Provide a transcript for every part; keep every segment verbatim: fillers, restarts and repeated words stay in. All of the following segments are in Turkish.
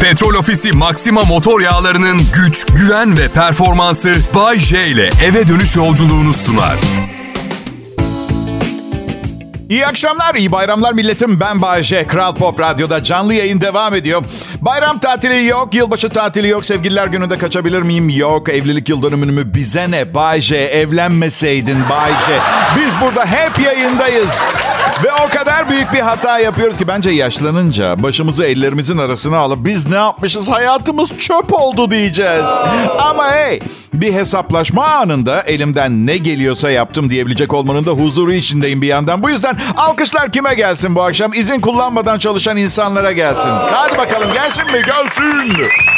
Petrol Ofisi Maxima motor yağlarının güç, güven ve performansı Bay J ile eve dönüş yolculuğunu sunar. İyi akşamlar, iyi bayramlar milletim. Ben Bay J. Kral Pop Radyo'da canlı yayın devam ediyor. Bayram tatili yok, yılbaşı tatili yok. Sevgililer gününde kaçabilir miyim? Yok. Evlilik yıl dönümümü bize ne? Bay J, evlenmeseydin Bay J. Biz burada hep yayındayız. Ve o kadar büyük bir hata yapıyoruz ki bence yaşlanınca başımızı ellerimizin arasına alıp biz ne yapmışız, hayatımız çöp oldu diyeceğiz. Ama hey, bir hesaplaşma anında elimden ne geliyorsa yaptım diyebilecek olmanın da huzuru içindeyim bir yandan. Bu yüzden alkışlar kime gelsin bu akşam? İzin kullanmadan çalışan insanlara gelsin. Hadi bakalım, gelsin mi? Gelsin.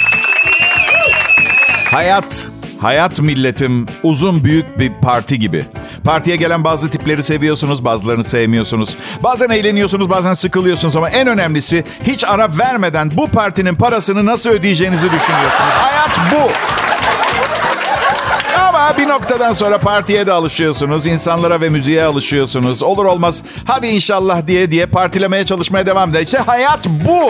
Hayat, hayat milletim uzun büyük bir parti gibi. Partiye gelen bazı tipleri seviyorsunuz, bazılarını sevmiyorsunuz. Bazen eğleniyorsunuz, bazen sıkılıyorsunuz ama en önemlisi hiç ara vermeden bu partinin parasını nasıl ödeyeceğinizi düşünüyorsunuz. Hayat bu. Ama bir noktadan sonra partiye de alışıyorsunuz. İnsanlara ve müziğe alışıyorsunuz. Olur olmaz hadi inşallah diye diye partilemeye çalışmaya devam ediyor. İşte hayat bu.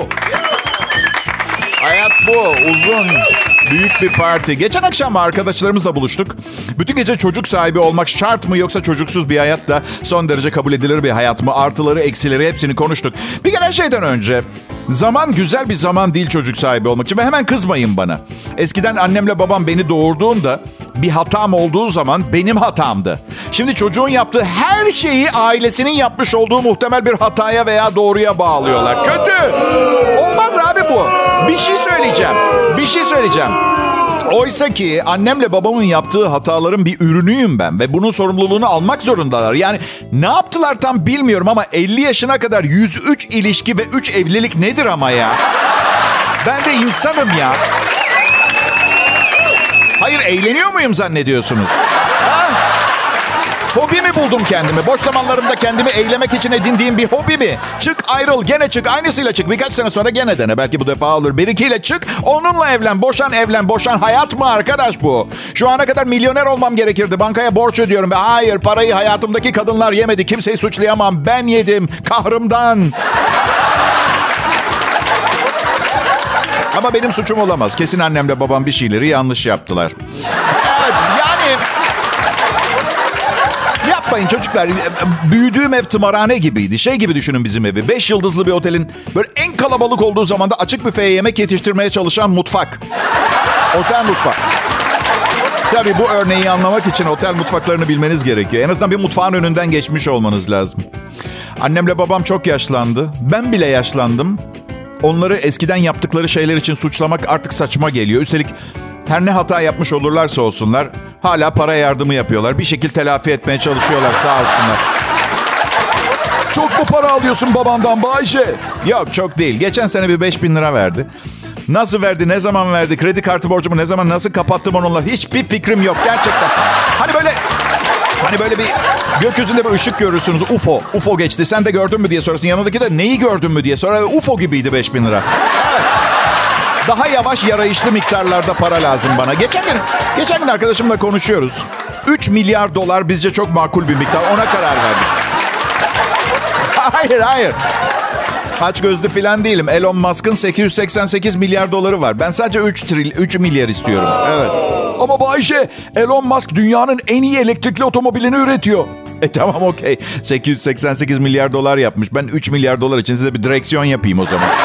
Hayat bu. Uzun, büyük bir parti. Geçen akşam arkadaşlarımızla buluştuk. Bütün gece çocuk sahibi olmak şart mı yoksa çocuksuz bir hayat da son derece kabul edilir bir hayat mı? Artıları, eksileri hepsini konuştuk. Bir kere şeyden önce... Zaman güzel bir zaman değil çocuk sahibi olmak için ve hemen kızmayın bana. Eskiden annemle babam beni doğurduğunda bir hatam olduğu zaman benim hatamdı. Şimdi çocuğun yaptığı her şeyi ailesinin yapmış olduğu muhtemel bir hataya veya doğruya bağlıyorlar. Kötü. Olmaz abi bu. Bir şey söyleyeceğim. Bir şey söyleyeceğim. Oysa ki annemle babamın yaptığı hataların bir ürünüyüm ben ve bunun sorumluluğunu almak zorundalar. Yani ne yaptılar tam bilmiyorum ama elli yaşına kadar yüz üç ilişki ve üç evlilik nedir ama ya? Ben de insanım ya. Hayır, eğleniyor muyum zannediyorsunuz? Ha? Hobi mi buldum kendimi? Boş zamanlarımda kendimi eğlemek için edindiğim bir hobi mi? Çık, ayrıl, gene çık, aynısıyla çık. Birkaç sene sonra gene dene. Belki bu defa olur. Birikiyle çık, onunla evlen. Boşan, evlen. Boşan, hayat mı arkadaş bu? Şu ana kadar milyoner olmam gerekirdi. Bankaya borç ödüyorum ve hayır, parayı hayatımdaki kadınlar yemedi. Kimseyi suçlayamam. Ben yedim. Kahrımdan. Ama benim suçum olamaz. Kesin annemle babam bir şeyleri yanlış yaptılar. Evet, yani... Yapmayın çocuklar. Büyüdüğüm ev tımarhane gibiydi. Şey gibi düşünün bizim evi. Beş yıldızlı bir otelin böyle en kalabalık olduğu zaman da açık büfeye yemek yetiştirmeye çalışan mutfak. Otel mutfak. Tabii bu örneği anlamak için otel mutfaklarını bilmeniz gerekiyor. En azından bir mutfağın önünden geçmiş olmanız lazım. Annemle babam çok yaşlandı. Ben bile yaşlandım. Onları eskiden yaptıkları şeyler için suçlamak artık saçma geliyor. Üstelik her ne hata yapmış olurlarsa olsunlar hala para yardımı yapıyorlar. Bir şekilde telafi etmeye çalışıyorlar, sağ olsunlar. Çok mu para alıyorsun babandan Bayşe? Yok, çok değil. Geçen sene bir beş bin lira verdi. Nasıl verdi, ne zaman verdi, kredi kartı borcumu ne zaman, nasıl kapattım onunla hiçbir fikrim yok gerçekten. Hani böyle... Hani böyle bir gökyüzünde bir ışık görürsünüz. U F O. U F O geçti. Sen de gördün mü diye sorarsın. Yanındaki de neyi gördün mü diye sorar. U F O gibiydi beş bin lira. Evet. Daha yavaş yarayışlı miktarlarda para lazım bana. Geçen gün, geçen gün arkadaşımla konuşuyoruz. üç milyar dolar bizce çok makul bir miktar. Ona karar verdik. Hayır, hayır. Aç gözlü falan değilim. Elon Musk'ın sekiz yüz seksen sekiz milyar doları var. Ben sadece üç, tril, üç milyar istiyorum. Evet. Ama Bayşe, Elon Musk dünyanın en iyi elektrikli otomobilini üretiyor. E tamam, okey. sekiz yüz seksen sekiz milyar dolar yapmış. Ben üç milyar dolar için size bir direksiyon yapayım o zaman.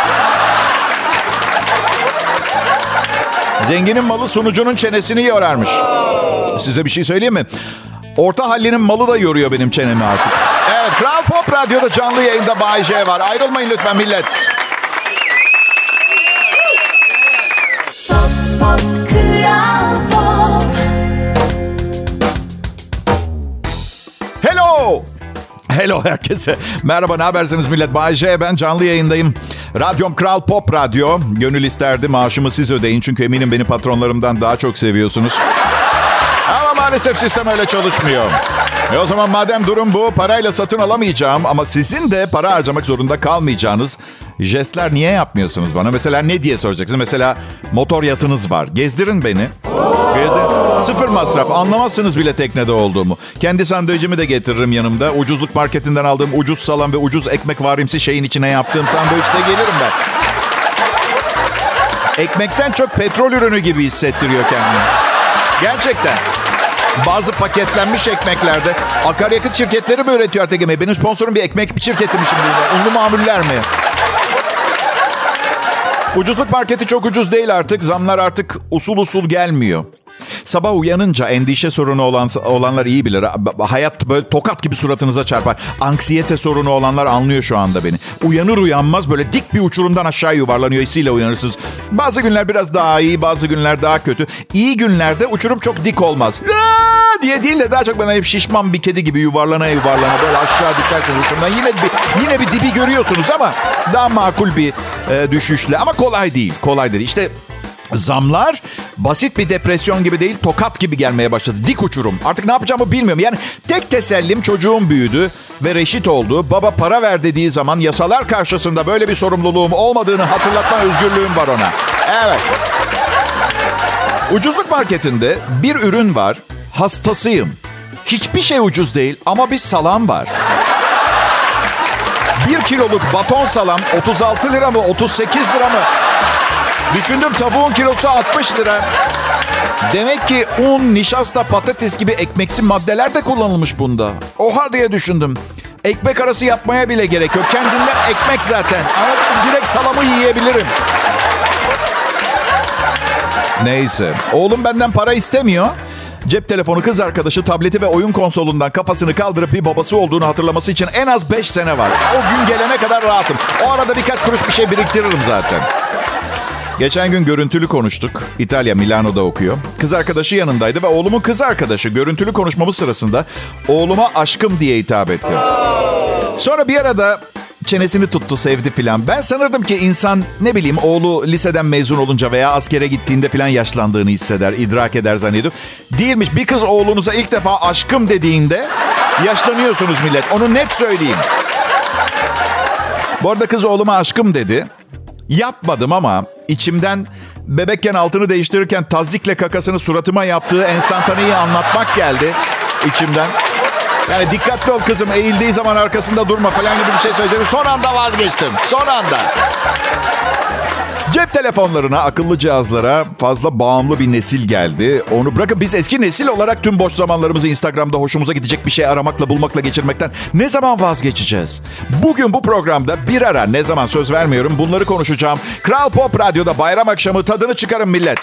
Zenginin malı sunucunun çenesini yorarmış. Size bir şey söyleyeyim mi? Orta hallinin malı da yoruyor benim çenemi artık. Evet, Kral Pop Radyo'da canlı yayında Bay J var. Ayrılmayın lütfen millet. Pop, pop, Kral Pop. Hello. Hello herkese. Merhaba, ne habersiniz millet? Bay J, ben canlı yayındayım. Radyom Kral Pop Radyo. Gönül isterdi maaşımı siz ödeyin. Çünkü eminim beni patronlarımdan daha çok seviyorsunuz. Ama maalesef sistem öyle çalışmıyor. E o zaman madem durum bu, parayla satın alamayacağım ama sizin de para harcamak zorunda kalmayacağınız jestler niye yapmıyorsunuz bana? Mesela ne diye soracaksınız? Mesela motor yatınız var. Gezdirin beni. Gezdirin. Sıfır masraf. Anlamazsınız bile teknede olduğumu. Kendi sandviçimi de getiririm yanımda. Ucuzluk marketinden aldığım ucuz salam ve ucuz ekmek varimsi şeyin içine yaptığım sandviçte gelirim ben. Ekmekten çok petrol ürünü gibi hissettiriyor kendini. Gerçekten. Bazı paketlenmiş ekmeklerde akaryakıt şirketleri mi üretiyor artık yemeği? Benim sponsorum bir ekmek şirketi mi şimdi? Unlu mamuller mi? Ucuzluk marketi çok ucuz değil artık. Zamlar artık usul usul gelmiyor. Sabah uyanınca endişe sorunu olan, olanlar iyi bilir. Hayat böyle tokat gibi suratınıza çarpar. Anksiyete sorunu olanlar anlıyor şu anda beni. Uyanır uyanmaz böyle dik bir uçurumdan aşağı yuvarlanıyor hissiyle uyanırsınız. Bazı günler biraz daha iyi, bazı günler daha kötü. İyi günlerde uçurum çok dik olmaz. Aa! diye değil de daha çok bana hep şişman bir kedi gibi yuvarlana yuvarlana böyle aşağı düşersiniz uçurumdan. Yine bir, yine bir dibi görüyorsunuz ama daha makul bir e, düşüşle. Ama kolay değil, kolay değil. İşte zamlar basit bir depresyon gibi değil, tokat gibi gelmeye başladı. Dik uçurum. Artık ne yapacağımı bilmiyorum. Yani tek tesellim çocuğum büyüdü ve reşit oldu. Baba para ver dediği zaman yasalar karşısında böyle bir sorumluluğum olmadığını hatırlatma özgürlüğüm var ona. Evet. Ucuzluk marketinde bir ürün var. Hastasıyım. Hiçbir şey ucuz değil ama bir salam var. Bir kiloluk baton salam otuz altı lira mı, otuz sekiz lira mı? Düşündüm, tavuğun kilosu altmış lira. Demek ki un, nişasta, patates gibi ekmeksi maddeler de kullanılmış bunda. Oha diye düşündüm. Ekmek arası yapmaya bile gerek yok. Kendinden ekmek zaten. Anladın? Direkt salamı yiyebilirim. Neyse. Oğlum benden para istemiyor. Cep telefonu, kız arkadaşı, tableti ve oyun konsolundan kafasını kaldırıp bir babası olduğunu hatırlaması için en az beş sene var. O gün gelene kadar rahatım. O arada birkaç kuruş bir şey biriktiririm zaten. Geçen gün görüntülü konuştuk. İtalya, Milano'da okuyor. Kız arkadaşı yanındaydı ve oğlumun kız arkadaşı görüntülü konuşmamız sırasında oğluma aşkım diye hitap etti. Sonra bir arada çenesini tuttu, sevdi filan. Ben sanırdım ki insan ne bileyim oğlu liseden mezun olunca veya askere gittiğinde filan yaşlandığını hisseder, idrak eder zannediyor. Değilmiş. Bir kız oğlunuza ilk defa aşkım dediğinde yaşlanıyorsunuz millet. Onu net söyleyeyim. Bu arada kız oğluma aşkım dedi. Yapmadım ama içimden bebekken altını değiştirirken tazyikle kakasını suratıma yaptığı enstantaneyi anlatmak geldi içimden. Yani dikkatli ol kızım, eğildiği zaman arkasında durma falan gibi bir şey söyledim. Son anda vazgeçtim. Son anda. Cep telefonlarına, akıllı cihazlara fazla bağımlı bir nesil geldi. Onu bırakın, biz eski nesil olarak tüm boş zamanlarımızı Instagram'da hoşumuza gidecek bir şey aramakla, bulmakla geçirmekten ne zaman vazgeçeceğiz? Bugün bu programda bir ara, ne zaman söz vermiyorum, bunları konuşacağım. Kral Pop Radyo'da bayram akşamı tadını çıkarın millet.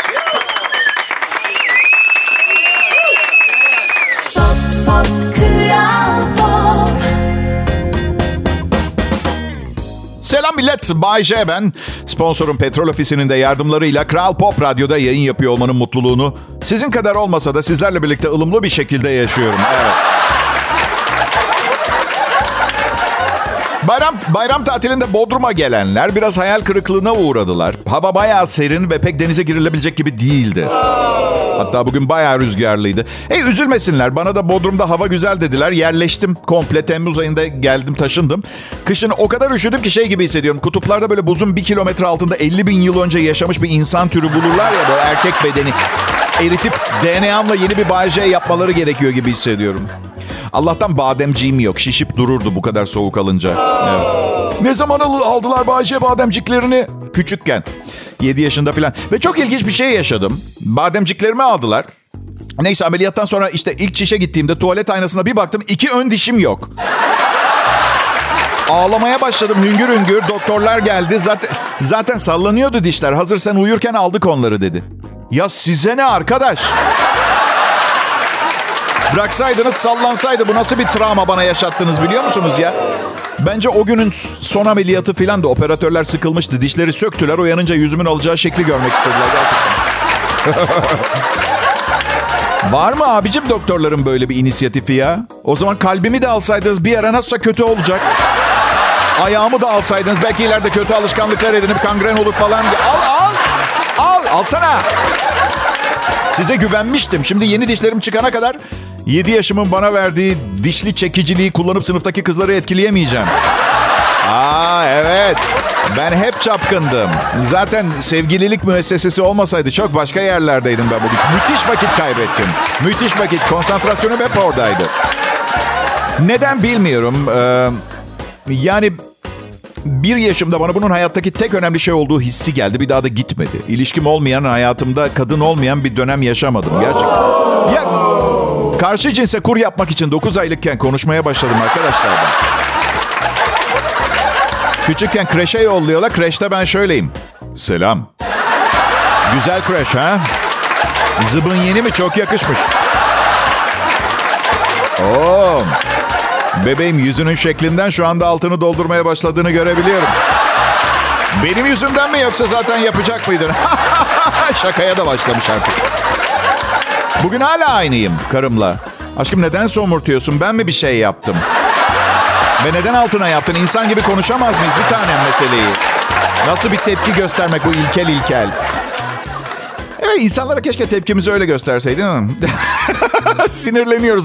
Selam millet, Bay J ben. Sponsorum Petrol Ofisi'nin de yardımlarıyla Kral Pop Radyo'da yayın yapıyor olmanın mutluluğunu sizin kadar olmasa da sizlerle birlikte ılımlı bir şekilde yaşıyorum. Evet. Bayram, bayram tatilinde Bodrum'a gelenler biraz hayal kırıklığına uğradılar. Hava bayağı serin ve pek denize girilebilecek gibi değildi. Hatta bugün bayağı rüzgarlıydı. E üzülmesinler, bana da Bodrum'da hava güzel dediler. Yerleştim komple, Temmuz ayında geldim, taşındım. Kışın o kadar üşüdüm ki şey gibi hissediyorum. Kutuplarda böyle buzun bir kilometre altında elli bin yıl önce yaşamış bir insan türü bulurlar ya, böyle erkek bedeni eritip D N A'mla yeni bir Bay J yapmaları gerekiyor gibi hissediyorum. Allah'tan bademciğim yok. Şişip dururdu bu kadar soğuk alınca. Evet. Ne zaman aldılar Bay J bademciklerini? Küçükken. yedi yaşında falan. Ve çok ilginç bir şey yaşadım. Bademciklerimi aldılar. Neyse, ameliyattan sonra işte ilk çişe gittiğimde tuvalet aynasına bir baktım. iki ön dişim yok. Ağlamaya başladım hüngür hüngür. Doktorlar geldi. Zaten, zaten sallanıyordu dişler. Hazır sen uyurken aldık onları dedi. Ya size ne arkadaş? Bıraksaydınız sallansaydı. Bu nasıl bir travma bana yaşattınız biliyor musunuz ya? Bence o günün son ameliyatı filan da operatörler sıkılmıştı. Dişleri söktüler. Uyanınca yüzümün alacağı şekli görmek istediler gerçekten. Var mı abicim doktorların böyle bir inisiyatifi ya? O zaman kalbimi de alsaydınız bir ara nasılsa kötü olacak. Ayağımı da alsaydınız belki ileride kötü alışkanlıklar edinip kangren olup falan. Al al. Al alsana. Size güvenmiştim. Şimdi yeni dişlerim çıkana kadar yedi yaşımın bana verdiği dişli çekiciliği kullanıp sınıftaki kızları etkileyemeyeceğim. Aa evet. Ben hep çapkındım. Zaten sevgililik müessesesi olmasaydı çok başka yerlerdeydim ben bugün. Müthiş vakit kaybettim. Müthiş vakit. Konsantrasyonum hep oradaydı. Neden bilmiyorum. Ee, yani bir yaşımda bana bunun hayattaki tek önemli şey olduğu hissi geldi. Bir daha da gitmedi. İlişkim olmayan, hayatımda kadın olmayan bir dönem yaşamadım. Gerçekten. Ya karşı cinse kur yapmak için dokuz aylıkken konuşmaya başladım arkadaşlar. Küçükken kreşe yolluyorlar. Kreşte ben şöyleyim. Selam. Güzel kreş ha? Zıbın yeni mi? Çok yakışmış. Oo. Bebeğim yüzünün şeklinden şu anda altını doldurmaya başladığını görebiliyorum. Benim yüzümden mi yoksa zaten yapacak mıydın? Şakaya da başlamış artık. Bugün hala aynıyım karımla. Aşkım neden somurtuyorsun? Ben mi bir şey yaptım? Ve neden altına yaptın? İnsan gibi konuşamaz mıyız? Bir tanem meseleyi. Nasıl bir tepki göstermek bu ilkel ilkel? Evet, insanlara keşke tepkimizi öyle gösterseydi değil mi? Sinirleniyoruz.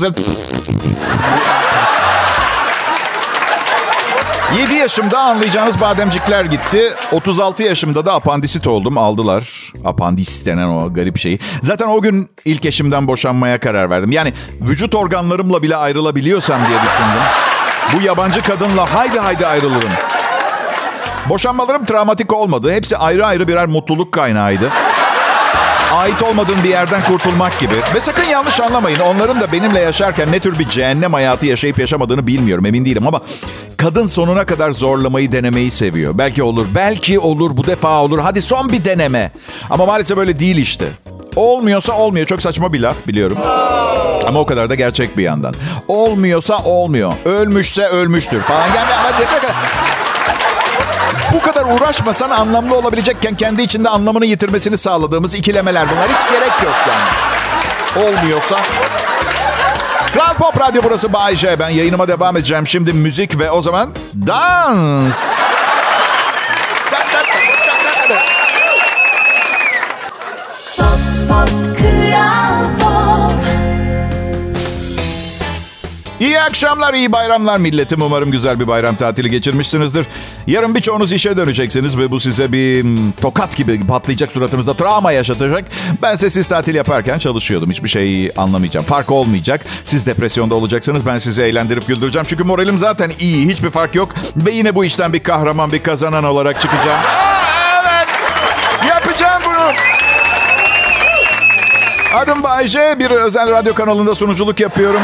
yedi yaşımda anlayacağınız bademcikler gitti. otuz altı yaşımda da apandisit oldum. Aldılar. Apandis denen o garip şeyi. Zaten o gün ilk eşimden boşanmaya karar verdim. Yani vücut organlarımla bile ayrılabiliyorsam diye düşündüm. Bu yabancı kadınla haydi haydi ayrılırım. Boşanmalarım travmatik olmadı. Hepsi ayrı ayrı birer mutluluk kaynağıydı. Ait olmadığım bir yerden kurtulmak gibi. Ve sakın yanlış anlamayın. Onların da benimle yaşarken ne tür bir cehennem hayatı yaşayıp yaşamadığını bilmiyorum. Emin değilim ama kadın sonuna kadar zorlamayı, denemeyi seviyor. Belki olur, belki olur, bu defa olur. Hadi son bir deneme. Ama maalesef öyle değil işte. Olmuyorsa olmuyor. Çok saçma bir laf biliyorum. Ama o kadar da gerçek bir yandan. Olmuyorsa olmuyor. Ölmüşse ölmüştür falan. Gelme ama bu kadar uğraşmasan anlamlı olabilecekken kendi içinde anlamını yitirmesini sağladığımız ikilemeler bunlar. Hiç gerek yok yani. Olmuyorsa. Kral Pop Radyo, burası Bay J. Ben yayınıma devam edeceğim. Şimdi müzik ve o zaman dans. İyi akşamlar, iyi bayramlar milletim. Umarım güzel bir bayram tatili geçirmişsinizdir. Yarın birçoğunuz işe döneceksiniz ve bu size bir tokat gibi patlayacak, suratınızda travma yaşatacak. Ben siz tatil yaparken çalışıyordum. Hiçbir şey anlamayacağım. Fark olmayacak. Siz depresyonda olacaksınız. Ben sizi eğlendirip güldüreceğim. Çünkü moralim zaten iyi. Hiçbir fark yok. Ve yine bu işten bir kahraman, bir kazanan olarak çıkacağım. Aa, evet. Yapacağım bunu. Adım Bay J. Bir özel radyo kanalında sunuculuk yapıyorum.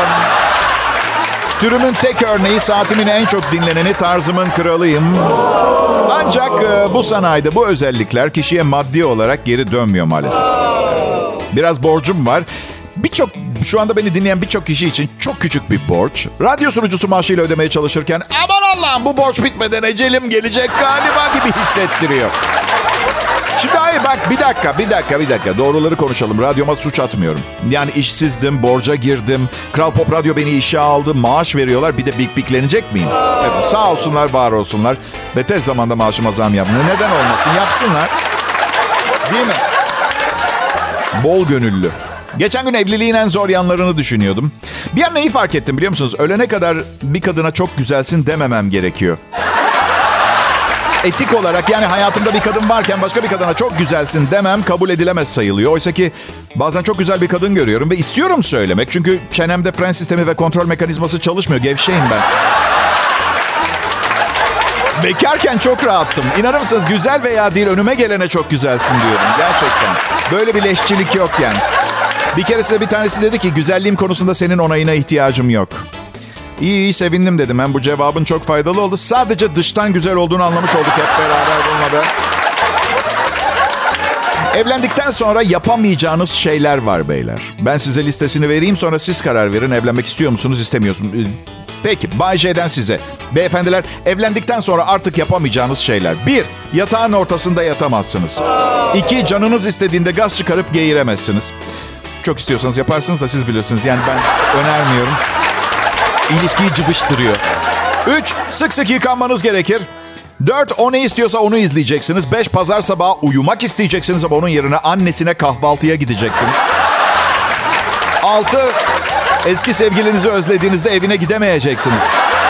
Türümün tek örneği, saatimin en çok dinleneni, tarzımın kralıyım. Ancak bu sanayide bu özellikler kişiye maddi olarak geri dönmüyor maalesef. Biraz borcum var. Birçok, şu anda beni dinleyen birçok kişi için çok küçük bir borç. Radyo sunucusu maaşıyla ödemeye çalışırken aman Allah'ım bu borç bitmeden ecelim gelecek galiba gibi hissettiriyor. Şimdi hayır bak bir dakika, bir dakika, bir dakika. Doğruları konuşalım. Radyoma suç atmıyorum. Yani işsizdim, borca girdim. Kral Pop Radyo beni işe aldı. Maaş veriyorlar. Bir de bik biklenecek miyim? Evet, sağ olsunlar, var olsunlar. Ve tez zamanda maaşıma zam yapın. Neden olmasın? Yapsınlar. Değil mi? Bol gönüllü. Geçen gün evliliğin en zor yanlarını düşünüyordum. Bir an neyi fark ettim biliyor musunuz? Ölene kadar bir kadına çok güzelsin dememem gerekiyor. Etik olarak, yani hayatımda bir kadın varken başka bir kadına çok güzelsin demem kabul edilemez sayılıyor. Oysa ki bazen çok güzel bir kadın görüyorum ve istiyorum söylemek. Çünkü çenemde fren sistemi ve kontrol mekanizması çalışmıyor. Gevşeyim ben. Bekarken çok rahattım. İnanır mısınız, güzel veya değil, önüme gelene çok güzelsin diyorum. Gerçekten. Böyle bir leşçilik yok yani. Bir keresinde bir tanesi dedi ki güzelliğim konusunda senin onayına ihtiyacım yok. İyi iyi sevindim dedim. Hem bu cevabın çok faydalı oldu. Sadece dıştan güzel olduğunu anlamış olduk hep beraber bununla be. Evlendikten sonra yapamayacağınız şeyler var beyler. Ben size listesini vereyim, sonra siz karar verin. Evlenmek istiyor musunuz, istemiyorsunuz? Peki, Bay J'den size. Beyefendiler, evlendikten sonra artık yapamayacağınız şeyler. Bir, yatağın ortasında yatamazsınız. İki, canınız istediğinde gaz çıkarıp geğiremezsiniz. Çok istiyorsanız yaparsınız da siz bilirsiniz. Yani ben önermiyorum. İlişkiyi cıvıştırıyor. Üç, sık sık yıkanmanız gerekir. Dört, o ne istiyorsa onu izleyeceksiniz. Beş, pazar sabahı uyumak isteyeceksiniz ama onun yerine annesine kahvaltıya gideceksiniz. Altı, eski sevgilinizi özlediğinizde evine gidemeyeceksiniz.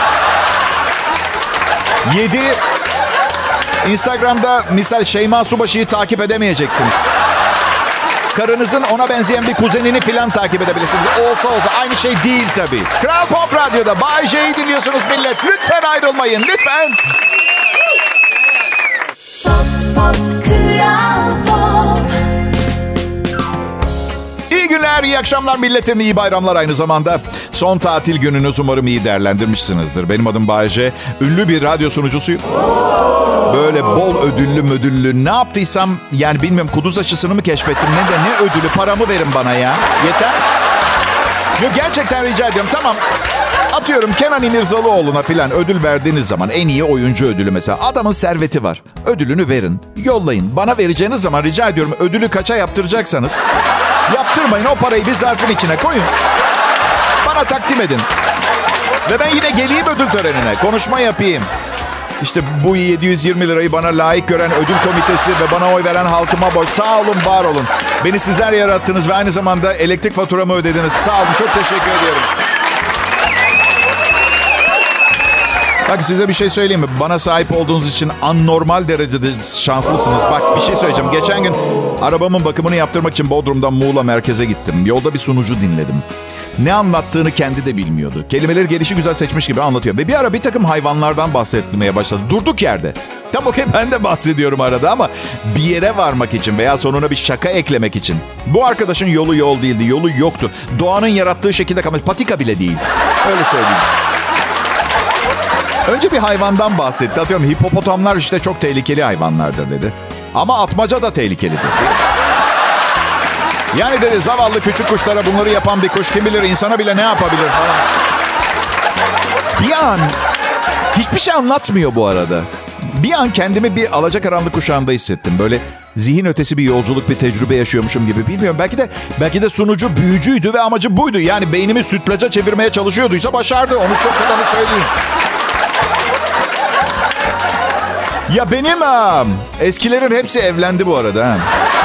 Yedi, Instagram'da misal Şeyma Subaşı'yı takip edemeyeceksiniz. Karınızın ona benzeyen bir kuzenini filan takip edebilirsiniz. Olsa olsa aynı şey değil tabii. Kral Pop Radyo'da Bay J'yi dinliyorsunuz millet. Lütfen ayrılmayın, lütfen. Kral Pop. İyi günler, iyi akşamlar milletin, iyi bayramlar aynı zamanda. Son tatil gününüz umarım iyi değerlendirmişsinizdir. Benim adım Bay J. Ünlü bir radyo sunucusuyum. Böyle bol ödüllü mödüllü ne yaptıysam yani bilmiyorum, kuduz aşısını mı keşfettim ne de ne ödülü, paramı verin bana ya. Yeter. Yok, gerçekten rica ediyorum, tamam. Atıyorum Kenan İmirzalıoğlu'na filan ödül verdiğiniz zaman, en iyi oyuncu ödülü mesela. Adamın serveti var. Ödülünü verin. Yollayın. Bana vereceğiniz zaman rica ediyorum, ödülü kaça yaptıracaksanız yaptırmayın. O parayı bir zarfın içine koyun. Bana takdim edin. Ve ben yine geleyim ödül törenine. Konuşma yapayım. İşte bu yedi yüz yirmi lirayı bana layık gören ödül komitesi ve bana oy veren halkıma boy. Sağ olun, var olun. Beni sizler yarattınız ve aynı zamanda elektrik faturamı ödediniz. Sağ olun, çok teşekkür ediyorum. Bak size bir şey söyleyeyim mi? Bana sahip olduğunuz için anormal derecede şanslısınız. Bak bir şey söyleyeceğim. Geçen gün arabamın bakımını yaptırmak için Bodrum'dan Muğla merkeze gittim. Yolda bir sunucu dinledim. Ne anlattığını kendi de bilmiyordu. Kelimeleri gelişigüzel seçmiş gibi anlatıyor. Ve bir ara bir takım hayvanlardan bahsetmeye başladı. Durduk yerde. Tam okey, ben de bahsediyorum arada ama bir yere varmak için veya sonuna bir şaka eklemek için. Bu arkadaşın yolu yol değildi. Yolu yoktu. Doğanın yarattığı şekilde kalmış. Patika bile değil. Öyle söyleyeyim. Önce bir hayvandan bahsetti. Atıyorum hipopotamlar işte çok tehlikeli hayvanlardır dedi. Ama atmaca da tehlikelidir. Yani dedi zavallı küçük kuşlara bunları yapan bir kuş kim bilir insana bile ne yapabilir falan. Bir an hiçbir şey anlatmıyor bu arada. Bir an kendimi bir alacakaranlık kuşağında hissettim. Böyle zihin ötesi bir yolculuk, bir tecrübe yaşıyormuşum gibi. Bilmiyorum, belki de belki de sunucu büyücüydü ve amacı buydu. Yani beynimi sütlaca çevirmeye çalışıyorduysa başardı. Onu çok kadarını söyleyeyim. Ya benim ha, eskilerin hepsi evlendi bu arada. Ha.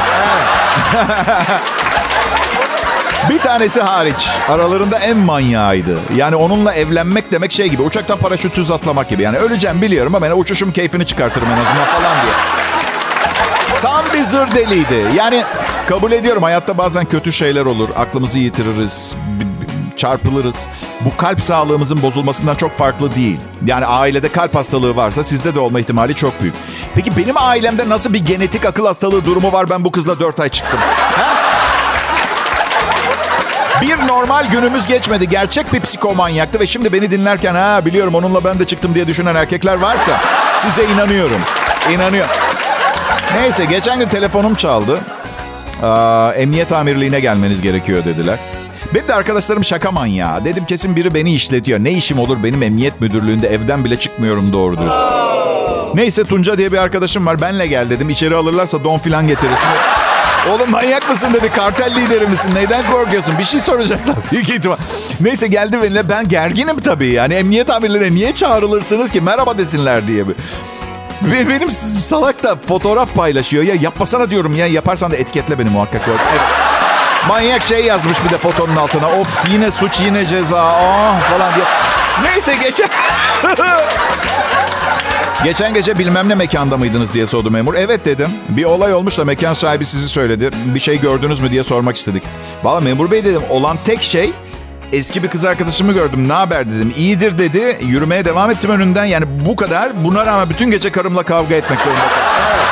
Bir tanesi hariç. Aralarında en manyağıydı. Yani onunla evlenmek demek şey gibi. Uçaktan paraşütsüz atlamak gibi. Yani öleceğim biliyorum ama ben uçuşum keyfini çıkartırım en azından falan diye. Tam bir zır deliydi. Yani kabul ediyorum, hayatta bazen kötü şeyler olur. Aklımızı yitiririz. Çarpılırız. Bu kalp sağlığımızın bozulmasından çok farklı değil. Yani ailede kalp hastalığı varsa sizde de olma ihtimali çok büyük. Peki benim ailemde nasıl bir genetik akıl hastalığı durumu var, ben bu kızla dört ay çıktım? Ha? Bir normal günümüz geçmedi. Gerçek bir psikomanyaktı ve şimdi beni dinlerken ha biliyorum onunla ben de çıktım diye düşünen erkekler varsa size inanıyorum. İnanıyorum. Neyse, geçen gün telefonum çaldı. Aa, emniyet amirliğine gelmeniz gerekiyor dediler. Benim de arkadaşlarım şaka manyağı. Dedim kesin biri beni işletiyor. Ne işim olur benim emniyet müdürlüğünde, evden bile çıkmıyorum doğru dürüst. Neyse, Tunca diye bir arkadaşım var. Benle gel dedim. İçeri alırlarsa don filan getirirsin. Oğlum manyak mısın dedi. Kartel lideri misin? Neyden korkuyorsun? Bir şey soracaklar büyük ihtimal. Neyse geldi benimle. Ben gerginim tabii. Yani emniyet amirlerine niye çağrılırsınız ki? Merhaba desinler diye. Benim salak da fotoğraf paylaşıyor. Ya yapmasana diyorum ya. Yaparsan da etiketle beni muhakkak. Evet. Manyak şey yazmış bir de fotonun altına. Of yine suç yine ceza ah falan diye. Neyse geçen... Geçen gece bilmem ne mekanda mıydınız diye sordu memur. Evet dedim. Bir olay olmuş da mekan sahibi sizi söyledi. Bir şey gördünüz mü diye sormak istedik. Vallahi memur bey dedim. Olan tek şey eski bir kız arkadaşımı gördüm. Ne haber dedim. İyidir dedi. Yürümeye devam ettim önünden. Yani bu kadar. Buna rağmen bütün gece karımla kavga etmek zorunda kaldım. Evet.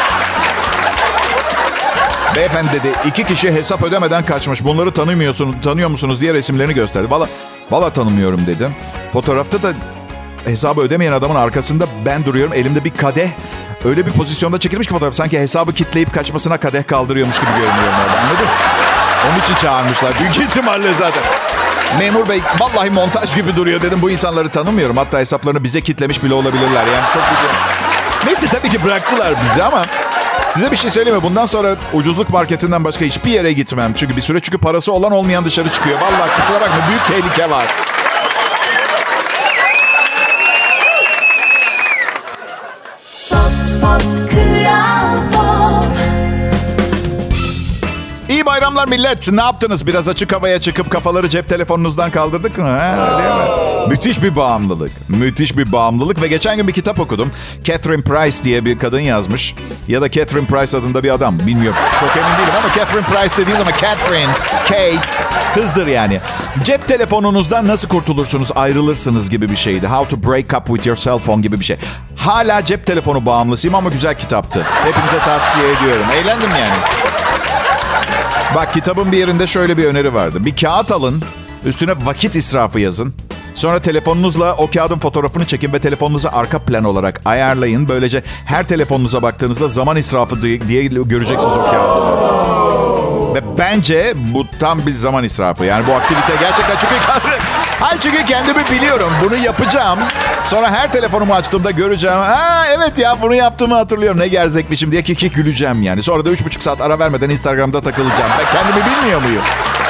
Beyefendi dedi, iki kişi hesap ödemeden kaçmış. Bunları tanımıyorsunuz, tanıyor musunuz diye resimlerini gösterdi. Valla, valla tanımıyorum dedim. Fotoğrafta da hesabı ödemeyen adamın arkasında ben duruyorum. Elimde bir kadeh. Öyle bir pozisyonda çekilmiş ki fotoğraf. Sanki hesabı kitleyip kaçmasına kadeh kaldırıyormuş gibi görünüyorum orada. Anladın? Onun için çağırmışlar. Büyük ihtimalle zaten. Memur bey vallahi montaj gibi duruyor dedim. Bu insanları tanımıyorum. Hatta hesaplarını bize kitlemiş bile olabilirler. Yani çok biliyorum. Neyse tabii ki bıraktılar bizi ama... Size bir şey söyleyeyim mi? Bundan sonra ucuzluk marketinden başka hiçbir yere gitmem. Çünkü bir süre çünkü parası olan olmayan dışarı çıkıyor. Vallahi kusura bakma, büyük tehlike var. bayramlar millet. Ne yaptınız? Biraz açık havaya çıkıp kafaları cep telefonunuzdan kaldırdık mı? Ha, değil mi? Müthiş bir bağımlılık. Müthiş bir bağımlılık. Ve geçen gün bir kitap okudum. Catherine Price diye bir kadın yazmış. Ya da Catherine Price adında bir adam. Bilmiyorum. Çok emin değilim ama Catherine Price dediği zaman Catherine, Kate, kızdır yani. Cep telefonunuzdan nasıl kurtulursunuz, ayrılırsınız gibi bir şeydi. How to break up with your cell phone gibi bir şey. Hala cep telefonu bağımlısıyım ama güzel kitaptı. Hepinize tavsiye ediyorum. Eğlendim yani. Bak, kitabın bir yerinde şöyle bir öneri vardı. Bir kağıt alın, üstüne vakit israfı yazın. Sonra telefonunuzla o kağıdın fotoğrafını çekin ve telefonunuzu arka plan olarak ayarlayın. Böylece her telefonunuza baktığınızda zaman israfı diye, diye göreceksiniz o kağıdı. Ve bence bu tam bir zaman israfı. Yani bu aktivite gerçekten çünkü... Hayır, çünkü kendimi biliyorum. Bunu yapacağım. Sonra her telefonumu açtığımda göreceğim. Ha evet ya, bunu yaptığımı hatırlıyorum. Ne gerzekmişim diye kiki güleceğim yani. Sonra da üç buçuk saat ara vermeden Instagram'da takılacağım. Ben kendimi bilmiyor muyum?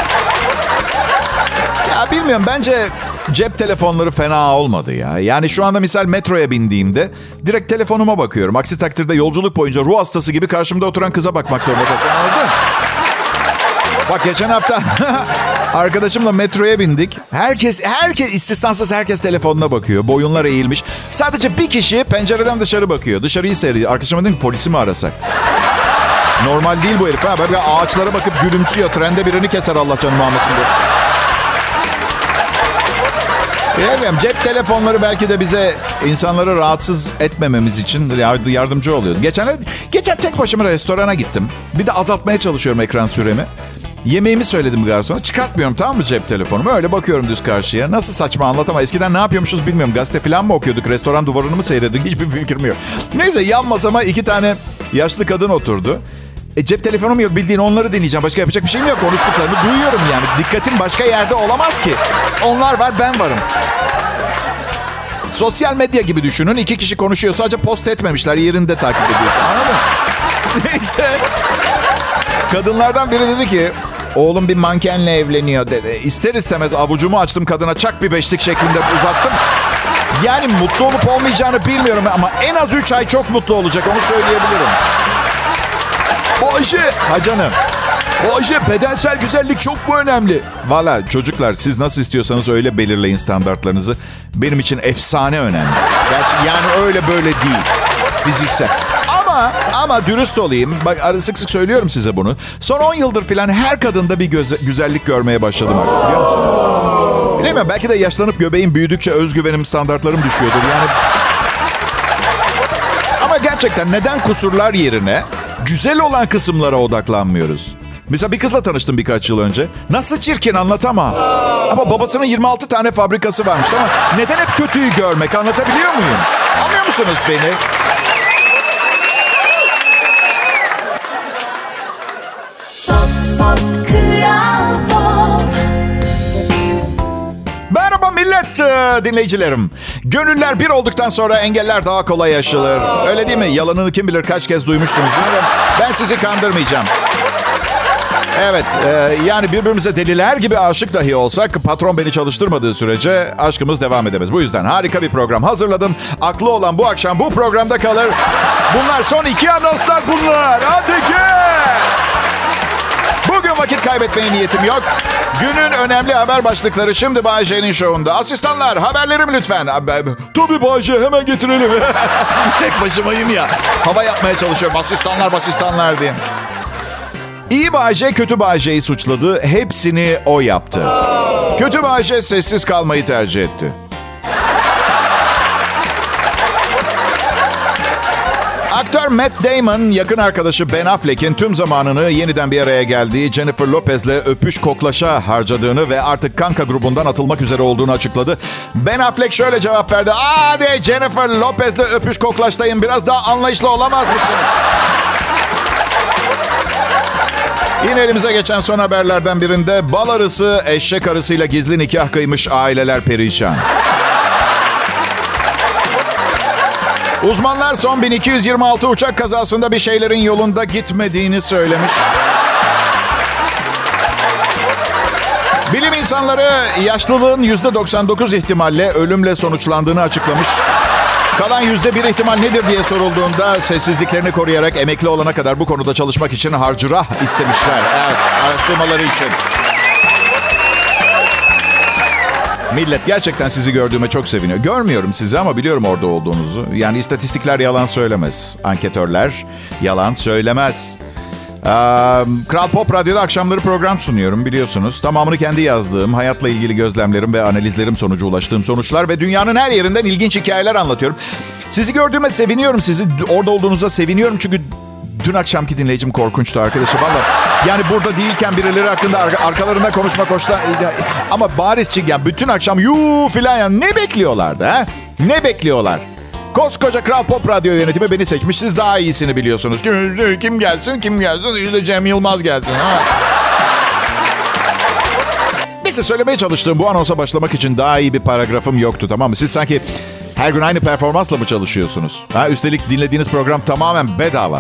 Ya bilmiyorum, bence cep telefonları fena olmadı ya. Yani şu anda misal metroya bindiğimde direkt telefonuma bakıyorum. Aksi takdirde yolculuk boyunca ruh hastası gibi karşımda oturan kıza bakmak zorunda kaldım. Anladın? Bak, geçen hafta arkadaşımla metroya bindik. Herkes, herkes istisnasız herkes telefonuna bakıyor. Boyunlar eğilmiş. Sadece bir kişi pencereden dışarı bakıyor. Dışarıyı seyrediyor. Arkadaşıma dedim ki, polisi mi arasak? Normal değil bu herif. Ha, böyle ağaçlara bakıp gülümsüyor. Trende birini keser, Allah canımı almasın diye. Bilemiyorum. Cep telefonları belki de bize insanları rahatsız etmememiz için yardımcı oluyor. Geçen, geçen tek başıma restorana gittim. Bir de azaltmaya çalışıyorum ekran süremi. Yemeğimi söyledim garsona. Çıkartmıyorum, tamam mı, cep telefonumu. Öyle bakıyorum düz karşıya. Nasıl saçma, anlatamam. Eskiden ne yapıyormuşuz bilmiyorum. Gazete falan mı okuyorduk? Restoran duvarını mı seyrediyorduk? Hiçbir fikrim yok. Neyse, yan masama iki tane yaşlı kadın oturdu. E, cep telefonum yok, bildiğin onları dinleyeceğim. Başka yapacak bir şeyim yok. Konuştuklarını duyuyorum yani. Dikkatim başka yerde olamaz ki. Onlar var, ben varım. Sosyal medya gibi düşünün. İki kişi konuşuyor. Sadece post etmemişler. Yerinde takip ediyorsun. Anladın? Neyse. Kadınlardan biri dedi ki, oğlum bir mankenle evleniyor dedi. İster istemez avucumu açtım, kadına çak bir beşlik şeklinde uzattım. Yani mutlu olup olmayacağını bilmiyorum ama en az üç ay çok mutlu olacak, onu söyleyebilirim. Ayşe. Ha canım. Ayşe, bedensel güzellik çok mu önemli? Valla çocuklar, siz nasıl istiyorsanız öyle belirleyin standartlarınızı. Benim için efsane önemli. Gerçi yani öyle böyle değil. Fiziksel. Ama ama dürüst olayım. Bak, sık sık söylüyorum size bunu. Son on yıldır falan her kadında bir göze, güzellik görmeye başladım artık, biliyor musunuz? Bilemiyorum, belki de yaşlanıp göbeğim büyüdükçe özgüvenim, standartlarım düşüyordur. Yani... Ama gerçekten neden kusurlar yerine güzel olan kısımlara odaklanmıyoruz? Mesela bir kızla tanıştım birkaç yıl önce. Nasıl çirkin, anlatamam. Ama babasının yirmi altı tane fabrikası varmış. Ama neden hep kötüyü görmek, anlatabiliyor muyum? Anlıyor musunuz beni? Merhaba millet, dinleyicilerim. Gönüller bir olduktan sonra engeller daha kolay aşılır. Öyle değil mi? Yalanını kim bilir kaç kez duymuşsunuz. Ben sizi kandırmayacağım. Evet, e, yani birbirimize deliler gibi aşık dahi olsak patron beni çalıştırmadığı sürece aşkımız devam edemez. Bu yüzden harika bir program hazırladım. Aklı olan bu akşam bu programda kalır. Bunlar son iki anonslar bunlar. Hadi gel. Bugün vakit kaybetmeye niyetim yok. Günün önemli haber başlıkları şimdi Bay J'nin şovunda. Asistanlar, haberlerim lütfen. Tabii Bay J, hemen getirelim. Tek başımayım ya. Hava yapmaya çalışıyorum. Asistanlar, asistanlar diye. İyi Bay J, kötü Bay J'yi suçladı. Hepsini o yaptı. Kötü Bay J sessiz kalmayı tercih etti. Aktör Matt Damon, yakın arkadaşı Ben Affleck'in tüm zamanını yeniden bir araya geldiği Jennifer Lopez'le öpüş koklaşa harcadığını ve artık kanka grubundan atılmak üzere olduğunu açıkladı. Ben Affleck şöyle cevap verdi. Hadi Jennifer Lopez'le öpüş koklaştayım, biraz daha anlayışlı olamaz mısınız? Yine elimize geçen son haberlerden birinde bal arısı eşek arısıyla gizli nikah kıymış, aileler perişan. Uzmanlar son bin iki yüz yirmi altı uçak kazasında bir şeylerin yolunda gitmediğini söylemiş. Bilim insanları yaşlılığın yüzde doksan dokuz ihtimalle ölümle sonuçlandığını açıklamış. Kalan yüzde bir ihtimal nedir diye sorulduğunda sessizliklerini koruyarak emekli olana kadar bu konuda çalışmak için harcırah istemişler. Evet, araştırmaları için. Millet gerçekten sizi gördüğüme çok seviniyor. Görmüyorum sizi ama biliyorum orada olduğunuzu. Yani istatistikler yalan söylemez. Anketörler yalan söylemez. Ee, Kral Pop Radyo'da akşamları program sunuyorum biliyorsunuz. Tamamını kendi yazdığım, hayatla ilgili gözlemlerim ve analizlerim sonucu ulaştığım sonuçlar ve dünyanın her yerinden ilginç hikayeler anlatıyorum. Sizi gördüğüme seviniyorum. Sizi orada olduğunuza seviniyorum çünkü dün akşamki dinleyicim korkunçtu arkadaşım. Vallahi yani burada değilken birileri hakkında ar- arkalarında konuşmak hoşlan... Ama bariz çünkü yani bütün akşam yuu filan yani ne bekliyorlardı ha? Ne bekliyorlar? Koskoca Kral Pop Radyo yönetimi beni seçmiş. Siz daha iyisini biliyorsunuz. Kim, kim gelsin, kim gelsin? İşte Cem Yılmaz gelsin. Ha? Neyse söylemeye çalıştığım bu anonsa başlamak için daha iyi bir paragrafım yoktu, tamam mı? Siz sanki her gün aynı performansla mı çalışıyorsunuz? Ha? Üstelik dinlediğiniz program tamamen bedava.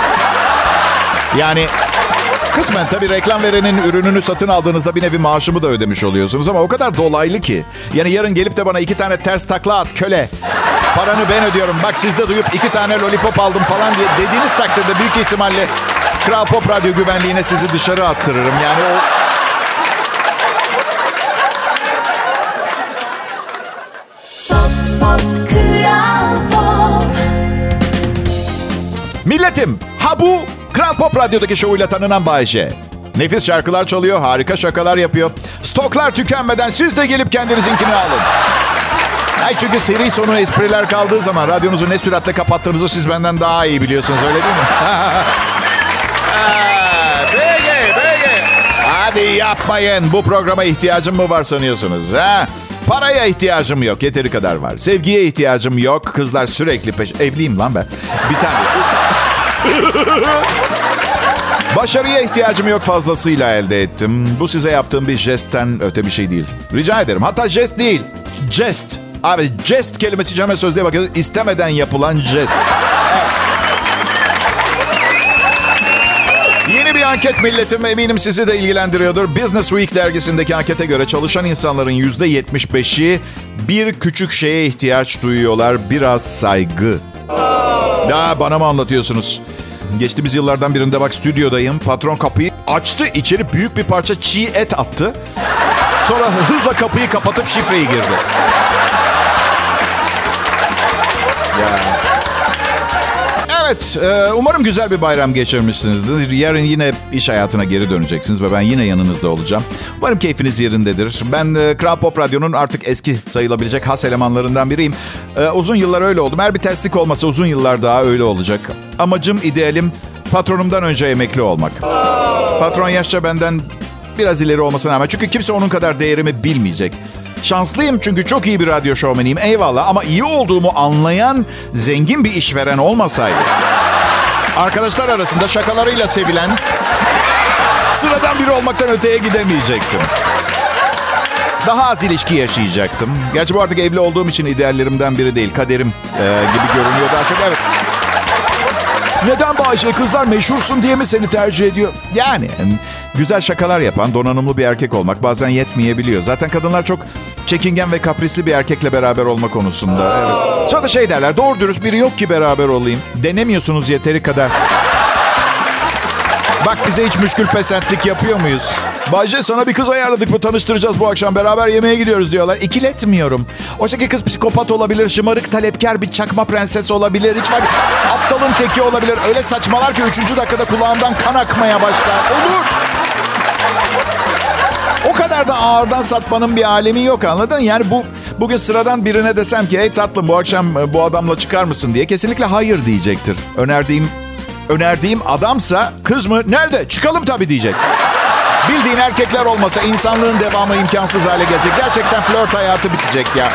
Yani kısmen tabii reklam verenin ürününü satın aldığınızda bir nevi maaşımı da ödemiş oluyorsunuz ama o kadar dolaylı ki. Yani yarın gelip de bana iki tane ters takla at köle. Paranı ben ödüyorum. Bak siz de duyup iki tane lollipop aldım falan diye dediğiniz takdirde büyük ihtimalle Kral Pop Radyo güvenliğine sizi dışarı attırırım. Yani o... Pop, pop, Kral Pop. Milletim, ha bu Kral Pop Radyo'daki şovuyla tanınan Bay J. Nefis şarkılar çalıyor, harika şakalar yapıyor. Stoklar tükenmeden siz de gelip kendinizinkini alın. Ay çünkü seri sonu espriler kaldığı zaman radyonuzu ne süratle kapattığınızı siz benden daha iyi biliyorsunuz, öyle değil mi? Peki, peki. Hadi yapmayın. Bu programa ihtiyacım mı var sanıyorsunuz? Ha? Paraya ihtiyacım yok. Yeteri kadar var. Sevgiye ihtiyacım yok. Kızlar sürekli peş... Evliyim lan ben. Bir tane. Başarıya ihtiyacım yok, fazlasıyla elde ettim. Bu size yaptığım bir jestten öte bir şey değil. Rica ederim. Hatta jest değil. Jest. Abi jest kelimesi cemme sözlüğe bakıyoruz. İstemeden yapılan jest. Evet. Yeni bir anket milletim, eminim sizi de ilgilendiriyordur. Business Week dergisindeki ankete göre çalışan insanların yüzde yetmiş beşi bir küçük şeye ihtiyaç duyuyorlar. Biraz saygı. Ya bana mı anlatıyorsunuz? Geçtiğimiz yıllardan birinde bak stüdyodayım. Patron kapıyı açtı. İçeri büyük bir parça çiğ et attı. Sonra hızla kapıyı kapatıp şifreyi girdi. Ya. Evet, umarım güzel bir bayram geçirmişsinizdir. Yarın yine iş hayatına geri döneceksiniz ve ben yine yanınızda olacağım. Umarım keyfiniz yerindedir. Ben Kral Pop Radyo'nun artık eski sayılabilecek has elemanlarından biriyim. Uzun yıllar öyle oldum. Eğer bir terslik olmasa uzun yıllar daha öyle olacak. Amacım, idealim patronumdan önce emekli olmak. Patron yaşça benden biraz ileri olmasına rağmen. Çünkü kimse onun kadar değerimi bilmeyecek. Şanslıyım çünkü çok iyi bir radyo şovmeniyim, eyvallah, ama iyi olduğumu anlayan zengin bir işveren olmasaydı, arkadaşlar arasında şakalarıyla sevilen sıradan biri olmaktan öteye gidemeyecektim. Daha az ilişki yaşayacaktım. Gerçi bu artık evli olduğum için ideallerimden biri değil, kaderim e, gibi görünüyor daha çok. Evet. Neden Bayce? Kızlar meşhursun diye mi seni tercih ediyor? Yani güzel şakalar yapan, donanımlı bir erkek olmak bazen yetmeyebiliyor. Zaten kadınlar çok çekingen ve kaprisli bir erkekle beraber olma konusunda. Evet. Sonra da şey derler, doğru dürüst biri yok ki beraber olayım. Denemiyorsunuz yeteri kadar. Bak bize hiç müşkül pesentlik yapıyor muyuz? Bayce sana bir kız ayarladık mı, tanıştıracağız bu akşam, beraber yemeğe gidiyoruz diyorlar. İkiletmiyorum. Oysa ki kız psikopat olabilir, şımarık, talepkar bir çakma prenses olabilir. Hiç var, aptalın teki olabilir. Öyle saçmalar ki üçüncü dakikada kulağımdan kan akmaya başlar. Olur. O kadar da ağırdan satmanın bir alemi yok, anladın? Yani bu bugün sıradan birine desem ki hey tatlım bu akşam bu adamla çıkar mısın diye kesinlikle hayır diyecektir. Önerdiğim önerdiğim adamsa kız mı? Nerede? Çıkalım tabii diyecek. Bildiğin erkekler olmasa insanlığın devamı imkansız hale gelecek. Gerçekten flört hayatı bitecek ya.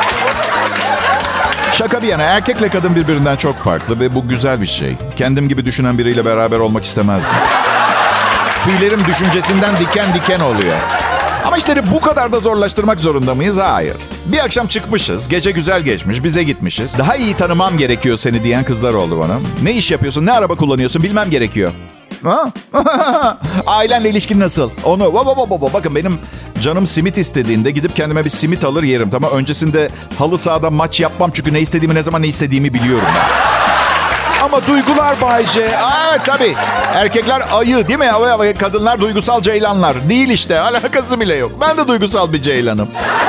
Şaka bir yana, erkekle kadın birbirinden çok farklı ve bu güzel bir şey. Kendim gibi düşünen biriyle beraber olmak istemezdim. Tüylerim düşüncesinden diken diken oluyor. Ama işleri bu kadar da zorlaştırmak zorunda mıyız? Hayır. Bir akşam çıkmışız, gece güzel geçmiş, bize gitmişiz. Daha iyi tanımam gerekiyor seni diyen kızlar oldu bana. Ne iş yapıyorsun, ne araba kullanıyorsun bilmem gerekiyor. Ha? Ailenle ilişkin nasıl? Onu bakın benim canım simit istediğinde gidip kendime bir simit alır yerim. Tamam, öncesinde halı sahada maç yapmam çünkü ne istediğimi ne zaman ne istediğimi biliyorum ben. Ama duygular Bay J. Aa, evet tabii. Erkekler ayı değil mi? Kadınlar duygusal ceylanlar. Değil işte. Alakası bile yok. Ben de duygusal bir ceylanım.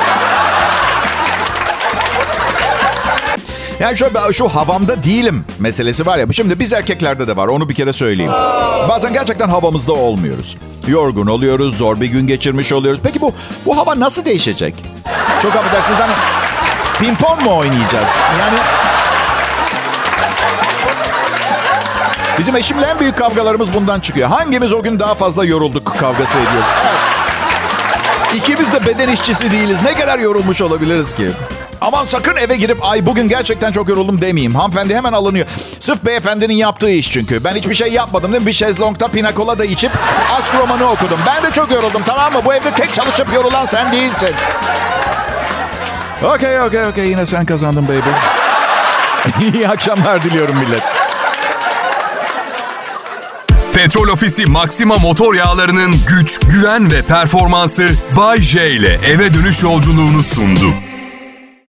Yani şu, şu havamda değilim meselesi var ya. Şimdi biz erkeklerde de var. Onu bir kere söyleyeyim. Bazen gerçekten havamızda olmuyoruz. Yorgun oluyoruz. Zor bir gün geçirmiş oluyoruz. Peki bu bu hava nasıl değişecek? Çok affedersiniz. Hani pimpon mu oynayacağız? Yani... Bizim eşimle en büyük kavgalarımız bundan çıkıyor. Hangimiz o gün daha fazla yorulduk kavgası ediyoruz? Evet. İkimiz de beden işçisi değiliz. Ne kadar yorulmuş olabiliriz ki? Aman sakın eve girip ay bugün gerçekten çok yoruldum demeyeyim. Hanımefendi hemen alınıyor. Sırf beyefendinin yaptığı iş çünkü. Ben hiçbir şey yapmadım değil mi? Bir şezlongda pina colada içip aşk romanı okudum. Ben de çok yoruldum, tamam mı? Bu evde tek çalışıp yorulan sen değilsin. Okey okey okey yine sen kazandın baby. İyi akşamlar diliyorum millet. Petrol Ofisi Maxima motor yağlarının güç, güven ve performansı Bay J ile eve dönüş yolculuğunu sundu.